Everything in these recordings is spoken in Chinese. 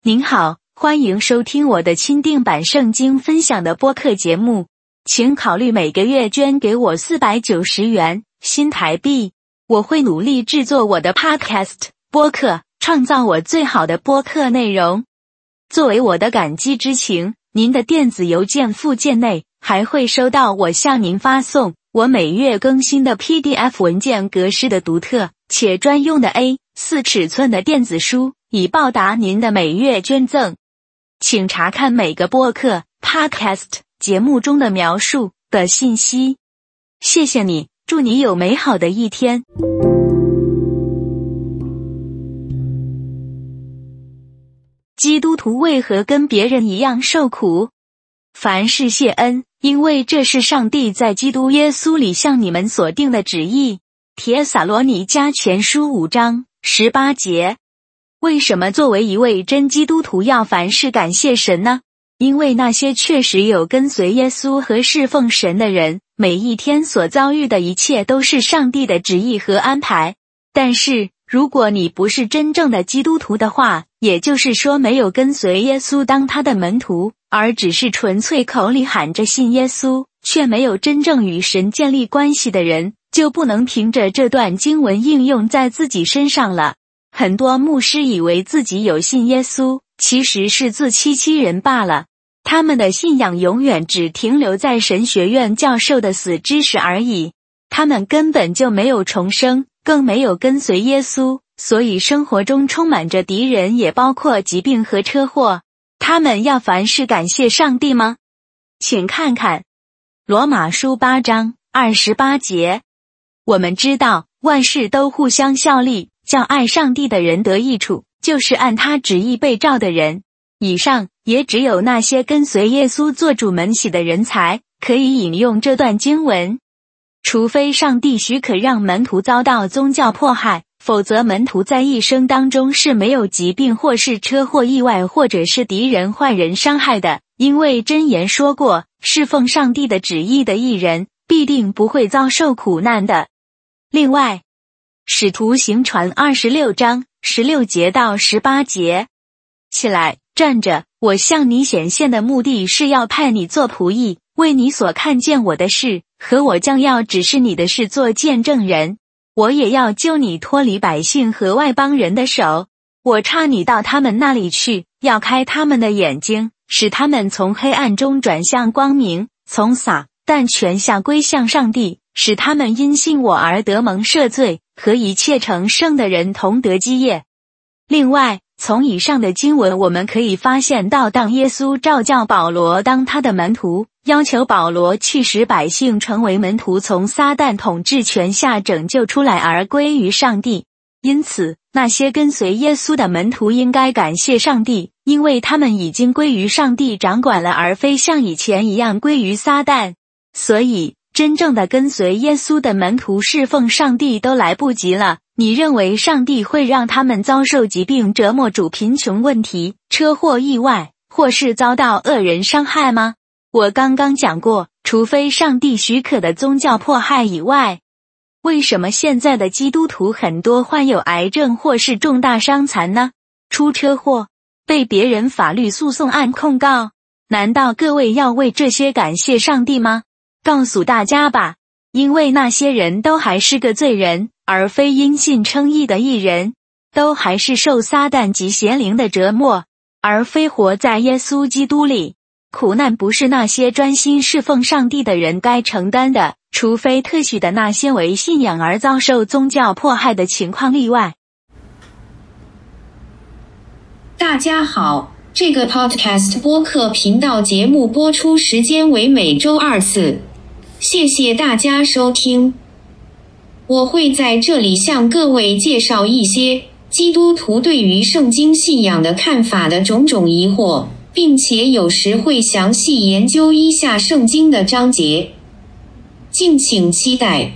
您好，欢迎收听我的钦定版圣经分享的播客节目，请考虑每个月捐给我490元新台币，我会努力制作我的 podcast 播客，创造我最好的播客内容。作为我的感激之情，您的电子邮件附件内还会收到我向您发送我每月更新的 PDF 文件格式的独特且专用的 A4 尺寸的电子书，以报答您的每月捐赠。请查看每个播客 podcast 节目中的描述的信息。谢谢你，祝你有美好的一天。基督徒为何跟别人一样受苦？凡事谢恩，因为这是上帝在基督耶稣里向你们所定的旨意。帖撒罗尼迦前书5章18节。为什么作为一位真基督徒要凡事感谢神呢？因为那些确实有跟随耶稣和侍奉神的人，每一天所遭遇的一切都是上帝的旨意和安排。但是，如果你不是真正的基督徒的话，也就是说没有跟随耶稣当他的门徒，而只是纯粹口里喊着信耶稣，却没有真正与神建立关系的人，就不能凭着这段经文应用在自己身上了。很多牧师以为自己有信耶稣，其实是自欺欺人罢了。他们的信仰永远只停留在神学院教授的死知识而已，他们根本就没有重生，更没有跟随耶稣，所以生活中充满着敌人，也包括疾病和车祸。他们要凡事感谢上帝吗？请看看罗马书8章28节。我们知道万事都互相效力，叫爱上帝的人得益处，就是按他旨意被召的人。以上也只有那些跟随耶稣做主门喜的人才可以引用这段经文。除非上帝许可让门徒遭到宗教迫害，否则门徒在一生当中是没有疾病或是车祸意外或者是敌人坏人伤害的，因为箴言说过，侍奉上帝的旨意的义人必定不会遭受苦难的。另外，使徒行传26章16节到18节。起来，站着，我向你显现的目的是要派你做仆役，为你所看见我的事和我将要指示你的事做见证人。我也要救你脱离百姓和外邦人的手。我差你到他们那里去，要开他们的眼睛，使他们从黑暗中转向光明，从撒但全下归向上帝，使他们因信我而得蒙赦罪，和一切成圣的人同得基业。另外，从以上的经文我们可以发现到，当耶稣召叫保罗当他的门徒，要求保罗去使百姓成为门徒，从撒旦统治权下拯救出来而归于上帝。因此，那些跟随耶稣的门徒应该感谢上帝，因为他们已经归于上帝掌管了，而非像以前一样归于撒旦。所以，真正的跟随耶稣的门徒侍奉上帝都来不及了。你认为上帝会让他们遭受疾病折磨、贫穷问题、车祸意外，或是遭到恶人伤害吗？我刚刚讲过，除非上帝许可的宗教迫害以外。为什么现在的基督徒很多患有癌症或是重大伤残呢？出车祸，被别人法律诉讼案控告，难道各位要为这些感谢上帝吗？告诉大家吧，因为那些人都还是个罪人，而非因信称义的义人，都还是受撒旦及邪灵的折磨，而非活在耶稣基督里。苦难不是那些专心侍奉上帝的人该承担的，除非特许的那些为信仰而遭受宗教迫害的情况例外。 大家好，这个 podcast 播客频道节目播出时间为每周2次，谢谢大家收听。我会在这里向各位介绍一些基督徒对于圣经信仰的看法的种种疑惑，并且有时会详细研究一下圣经的章节，敬请期待。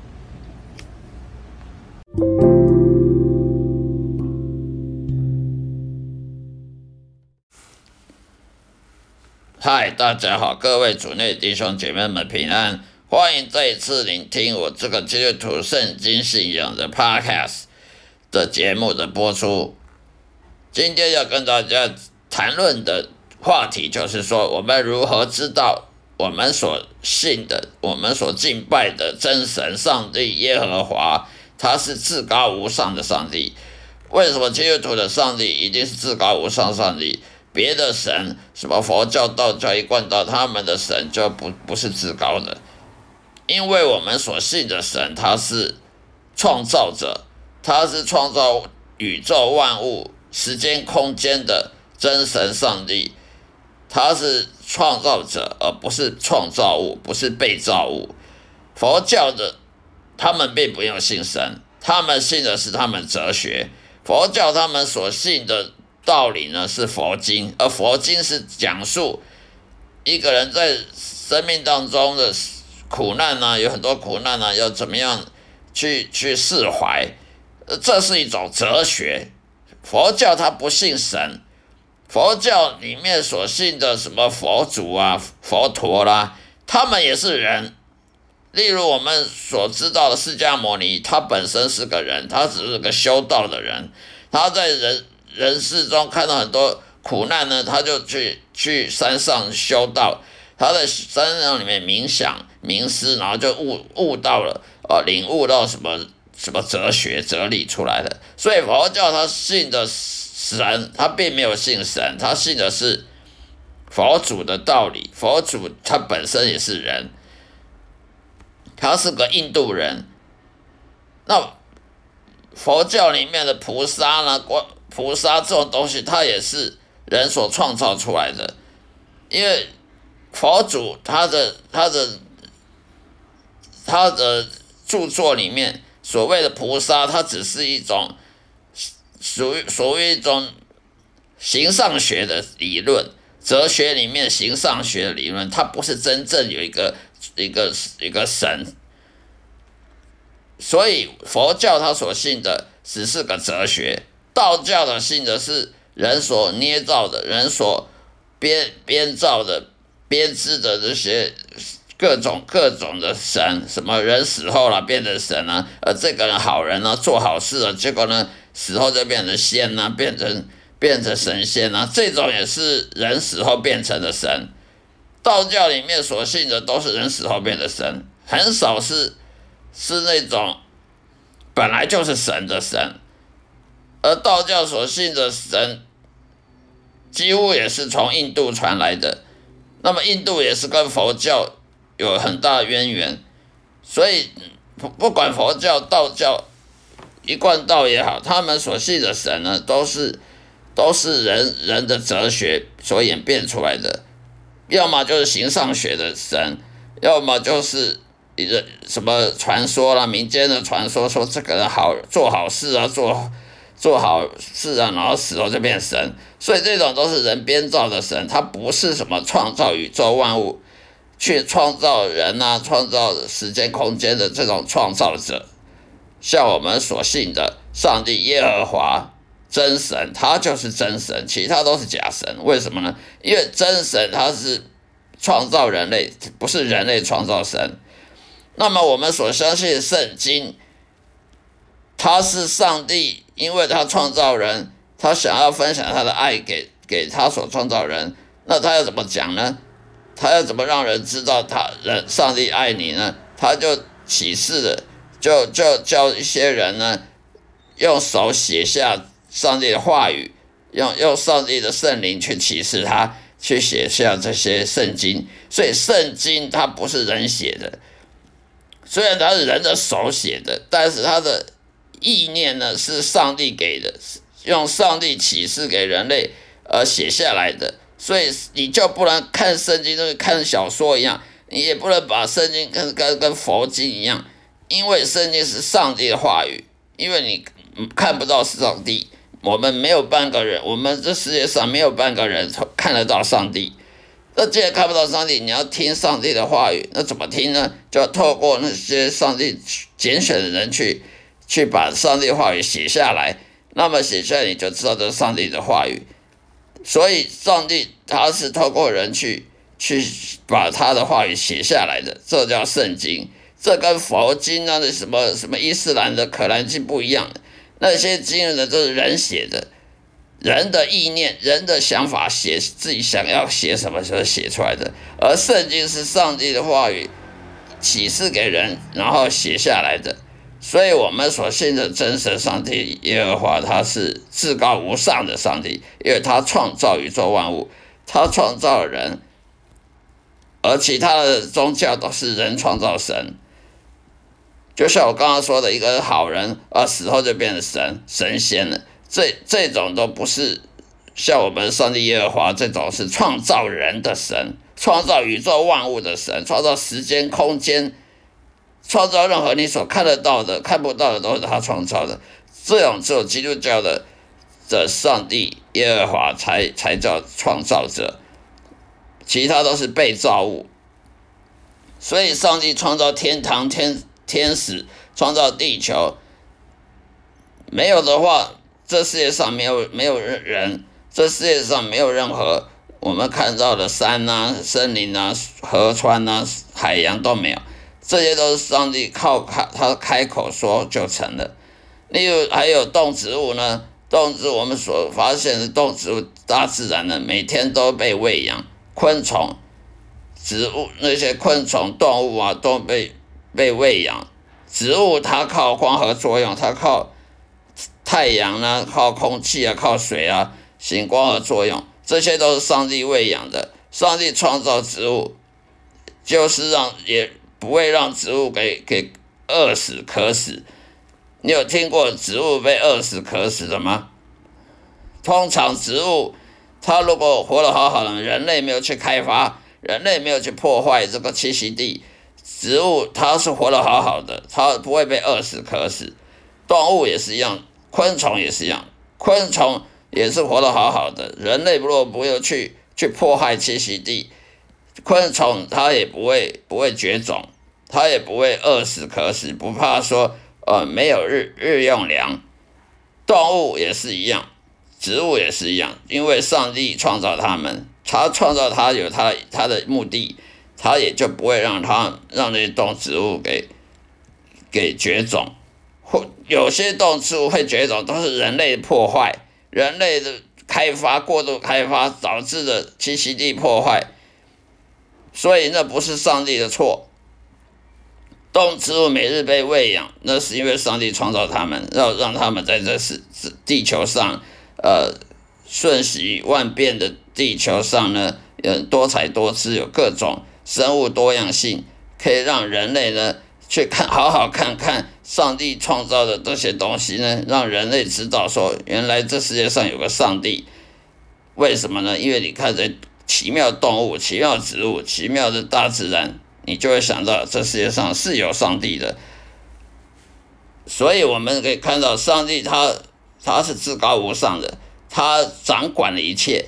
嗨，大家好，各位主内弟兄姐妹们平安，欢迎再一次聆听我这个基督徒圣经信仰的 podcast 的节目的播出。 今天要跟大家谈论的话题就是说，我们如何知道我们所信的、我们所敬拜的真神上帝耶和华，他是至高无上的上帝。为什么基督徒的上帝一定是至高无上上帝？别的神，什么佛教、道教、一贯道，他们的神就不是至高的。因为我们所信的神，他是创造者，他是创造宇宙万物、时间空间的真神上帝，他是创造者，而不是创造物，不是被造物。佛教的他们并不用信神，他们信的是他们哲学。佛教他们所信的道理呢是佛经，而佛经是讲述一个人在生命当中的苦难啊，有很多苦难啊，要怎么样去释怀，这是一种哲学。佛教它不信神，佛教里面所信的什么佛祖啊、佛陀啦，他们也是人。例如我们所知道的释迦牟尼，他本身是个人，他只是个修道的人，他在人世中看到很多苦难呢，他就去山上修道，他在山上里面冥想冥思，然后就悟到了领悟到什么哲学哲理出来的。所以佛教他信的神，他并没有信神，他信的是佛祖的道理。佛祖他本身也是人，他是个印度人。那佛教里面的菩萨呢，菩萨这种东西，它也是人所创造出来的。因为佛祖他的著作里面所谓的菩萨，它只是一种属于一种形上学的理论，哲学里面形上学的理论，它不是真正有一个神。所以佛教他所信的只是个哲学，道教的信的是人所捏造的、人所编造的、编织的这些各种的神，什么人死后了变成神啊，这个人好人啊，做好事啊，结果呢死后就变成仙啊，变成神仙啊，这种也是人死后变成的神。道教里面所信的都是人死后变的神，很少是那种本来就是神的神。而道教所信的神几乎也是从印度传来的，那么印度也是跟佛教有很大的渊源，所以不管佛教、道教、一贯道也好，他们所信的神呢，都是人的哲学所演变出来的，要么就是形上学的神，要么就是什么传说啦，民间的传说，说这个人做好事啊，做好事啊，然后死后就变神。所以这种都是人编造的神，他不是什么创造宇宙万物、去创造人啊、创造时间空间的这种创造者。像我们所信的上帝耶和华真神，他就是真神，其他都是假神。为什么呢？因为真神他是创造人类，不是人类创造神。那么我们所相信的圣经，他是上帝，因为他创造人，他想要分享他的爱给他所创造人，那他要怎么讲呢？他要怎么让人知道上帝爱你呢？他就启示了，就叫一些人呢，用手写下上帝的话语，用上帝的圣灵去启示他，去写下这些圣经。所以圣经它不是人写的，虽然它是人的手写的，但是它的意念呢是上帝给的，用上帝启示给人类而写下来的。所以你就不能看圣经就看小说一样，你也不能把圣经跟佛经一样，因为圣经是上帝的话语，因为你看不到上帝，我们没有半个人，我们这世界上没有半个人看得到上帝。那既然看不到上帝，你要听上帝的话语，那怎么听呢？就要透过那些上帝拣选的人去把上帝的话语写下来，那么写下来你就知道这是上帝的话语。所以上帝他是透过人去把他的话语写下来的，这叫圣经。这跟佛经啊，什么伊斯兰的可兰经不一样，那些经呢都是人写的， 人的意念、人的想法，写自己想要写什么时候写出来的。而圣经是上帝的话语启示给人，然后写下来的。所以我们所信的真神上帝耶和华，他是至高无上的上帝，因为他创造宇宙万物，他创造了人，而其他的宗教都是人创造神。就像我刚刚说的，一个好人死后就变成神仙了，这种都不是像我们上帝耶和华这种是创造人的神，创造宇宙万物的神，创造时间空间，创造任何你所看得到的看不到的都是他创造的。这种只有基督教的上帝耶和华才叫创造者，其他都是被造物。所以上帝创造天堂、天使，创造地球，没有的话，这世界上没有人，这世界上没有任何我们看到的山啊、森林啊、河川啊、海洋都没有，这些都是上帝他开口说就成了。例如还有动植物呢，动植物我们所发现的动植物，大自然呢每天都被喂养，昆虫、植物那些昆虫、动物啊都被喂养。植物它靠光合作用，它靠太阳啊，靠空气啊，靠水啊行光合作用，这些都是上帝喂养的。上帝创造植物，就是也不会让植物给饿死渴死。你有听过植物被饿死渴死的吗？通常植物它如果活得好好的，人类没有去开发，人类没有去破坏这个栖息地，植物它是活得好好的，它不会被饿死渴死。动物也是一样，昆虫也是一样，昆虫也是活得好好的。人类如果不要去破坏栖息地，昆虫它也不会绝种，它也不会饿死渴死，不怕说没有日用粮。动物也是一样，植物也是一样，因为上帝创造它们，他创造它有他的目的，他也就不会让那些动植物给绝种。或有些动植物会绝种，都是人类破坏，人类的过度开发导致的栖息地破坏，所以那不是上帝的错。动植物每日被喂养，那是因为上帝创造它们，让它们在这地球上瞬息万变的地球上呢，多彩多姿，有各种生物多样性，可以让人类呢去好好看看上帝创造的这些东西呢，让人类知道说，原来这世界上有个上帝。为什么呢？因为你看这奇妙动物、奇妙植物、奇妙的大自然，你就会想到这世界上是有上帝的。所以我们可以看到，上帝他是至高无上的，他掌管了一切。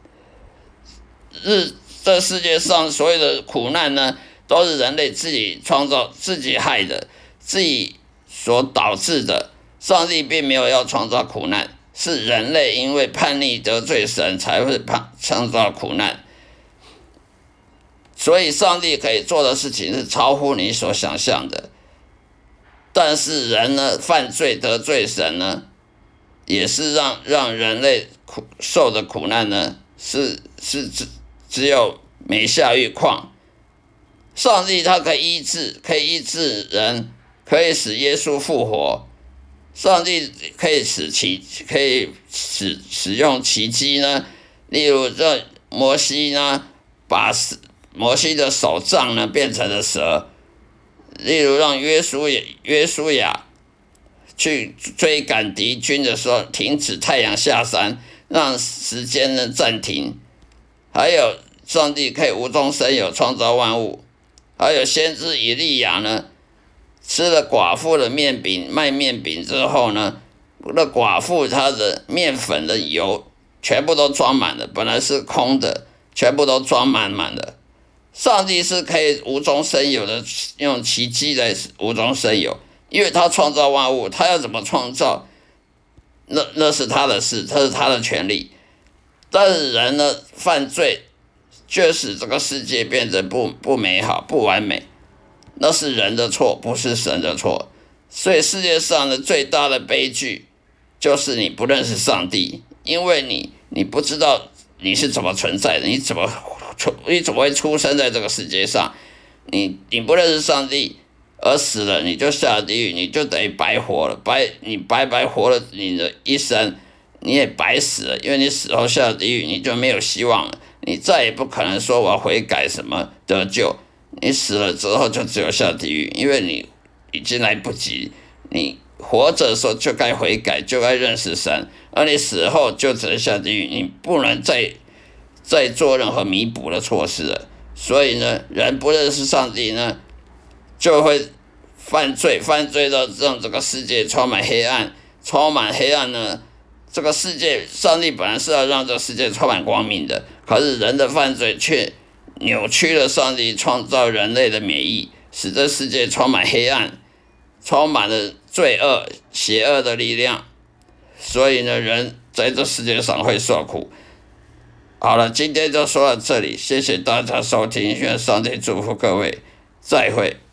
这世界上所有的苦难呢，都是人类自己创造、自己害的，自己所导致的。上帝并没有要创造苦难，是人类因为叛逆得罪神才会创造苦难。所以上帝可以做的事情是超乎你所想象的。但是人呢，犯罪得罪神呢，也是让人类受的苦难呢，是只有每下愈况。上帝他可以医治人，可以使耶稣复活。上帝可以使用奇迹呢，例如这摩西呢，把摩西的手杖呢变成了蛇，例如让约书亚去追赶敌军的时候停止太阳下山，让时间呢暂停。还有上帝可以无中生有创造万物。还有先知以利亚呢，吃了寡妇的卖面饼之后呢，那寡妇她的面粉的油全部都装满了，本来是空的，全部都装满了。上帝是可以无中生有的，用奇迹来无中生有，因为他创造万物，他要怎么创造，那是他的事，这是他的权利。但是人呢，犯罪却使这个世界变得不美好、不完美，那是人的错，不是神的错。所以世界上的最大的悲剧就是你不认识上帝， 因为你不知道你是怎么存在的，你怎么会出生在这个世界上？你不认识上帝而死了，你就下地狱，你就等于白活了，你白活了你的一生，你也白死了，因为你死后下地狱，你就没有希望了，你再也不可能说我要悔改什么得救，你死了之后就只有下地狱，因为你已经来不及，你活着的时候就该悔改，就该认识神，而你死后就只能下地狱，你不能再做任何弥补的措施了。所以呢，人不认识上帝呢，就会犯罪到让这个世界充满黑暗呢。这个世界，上帝本来是要让这个世界充满光明的，可是人的犯罪却扭曲了上帝创造人类的美意，使这世界充满黑暗，充满了罪恶、邪恶的力量。所以呢，人在这世界上会受苦。好了，今天就说到这里，谢谢大家收听，愿上帝祝福各位，再会。